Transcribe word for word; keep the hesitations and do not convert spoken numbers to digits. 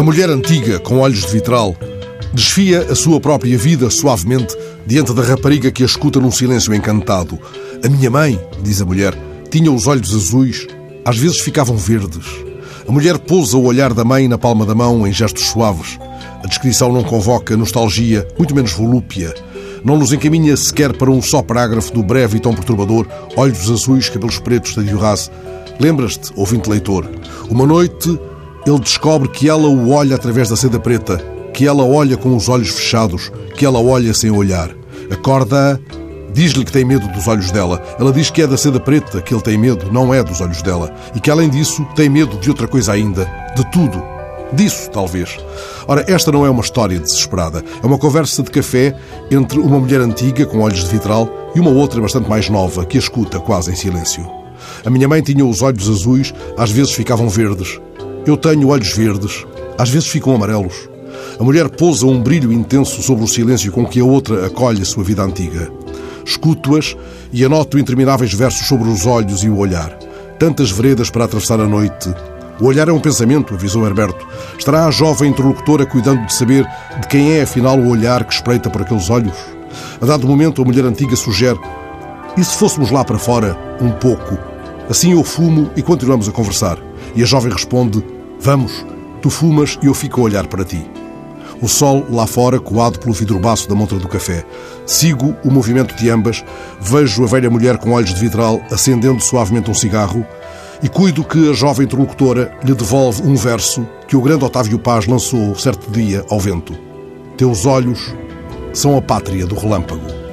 mulher antiga, com olhos de vitral, desfia a sua própria vida suavemente diante da rapariga que a escuta num silêncio encantado. A minha mãe, diz a mulher, tinha os olhos azuis, às vezes ficavam verdes. A mulher pousa o olhar da mãe na palma da mão em gestos suaves. A descrição não convoca nostalgia, muito menos volúpia. Não nos encaminha sequer para um só parágrafo do breve e tão perturbador Olhos azuis, cabelos pretos, de Duras. Lembras-te, ouvinte leitor, uma noite ele descobre que ela o olha através da seda preta, que ela olha com os olhos fechados, que ela olha sem olhar. Acorda-a, diz-lhe que tem medo dos olhos dela. Ela diz que é da seda preta que ele tem medo, não é dos olhos dela. E que, além disso, tem medo de outra coisa ainda. De tudo. Disso, talvez. Ora, esta não é uma história desesperada. É uma conversa de café entre uma mulher antiga, com olhos de vitral, e uma outra bastante mais nova, que a escuta quase em silêncio. A minha mãe tinha os olhos azuis, às vezes ficavam verdes. Eu tenho olhos verdes, às vezes ficam amarelos. A mulher pousa um brilho intenso sobre o silêncio com que a outra acolhe a sua vida antiga. Escuto-as e anoto intermináveis versos sobre os olhos e o olhar. Tantas veredas para atravessar a noite. O olhar é um pensamento, avisou Herberto. Estará a jovem interlocutora cuidando de saber de quem é, afinal, o olhar que espreita por aqueles olhos? A dado momento, a mulher antiga sugere: e se fôssemos lá para fora, um pouco? Assim eu fumo e continuamos a conversar. E a jovem responde: vamos, tu fumas e eu fico a olhar para ti. O sol lá fora, coado pelo vidro baço da montra do café. Sigo o movimento de ambas, vejo a velha mulher com olhos de vitral acendendo suavemente um cigarro e cuido que a jovem interlocutora lhe devolve um verso que o grande Otávio Paz lançou certo dia ao vento. Teus olhos são a pátria do relâmpago.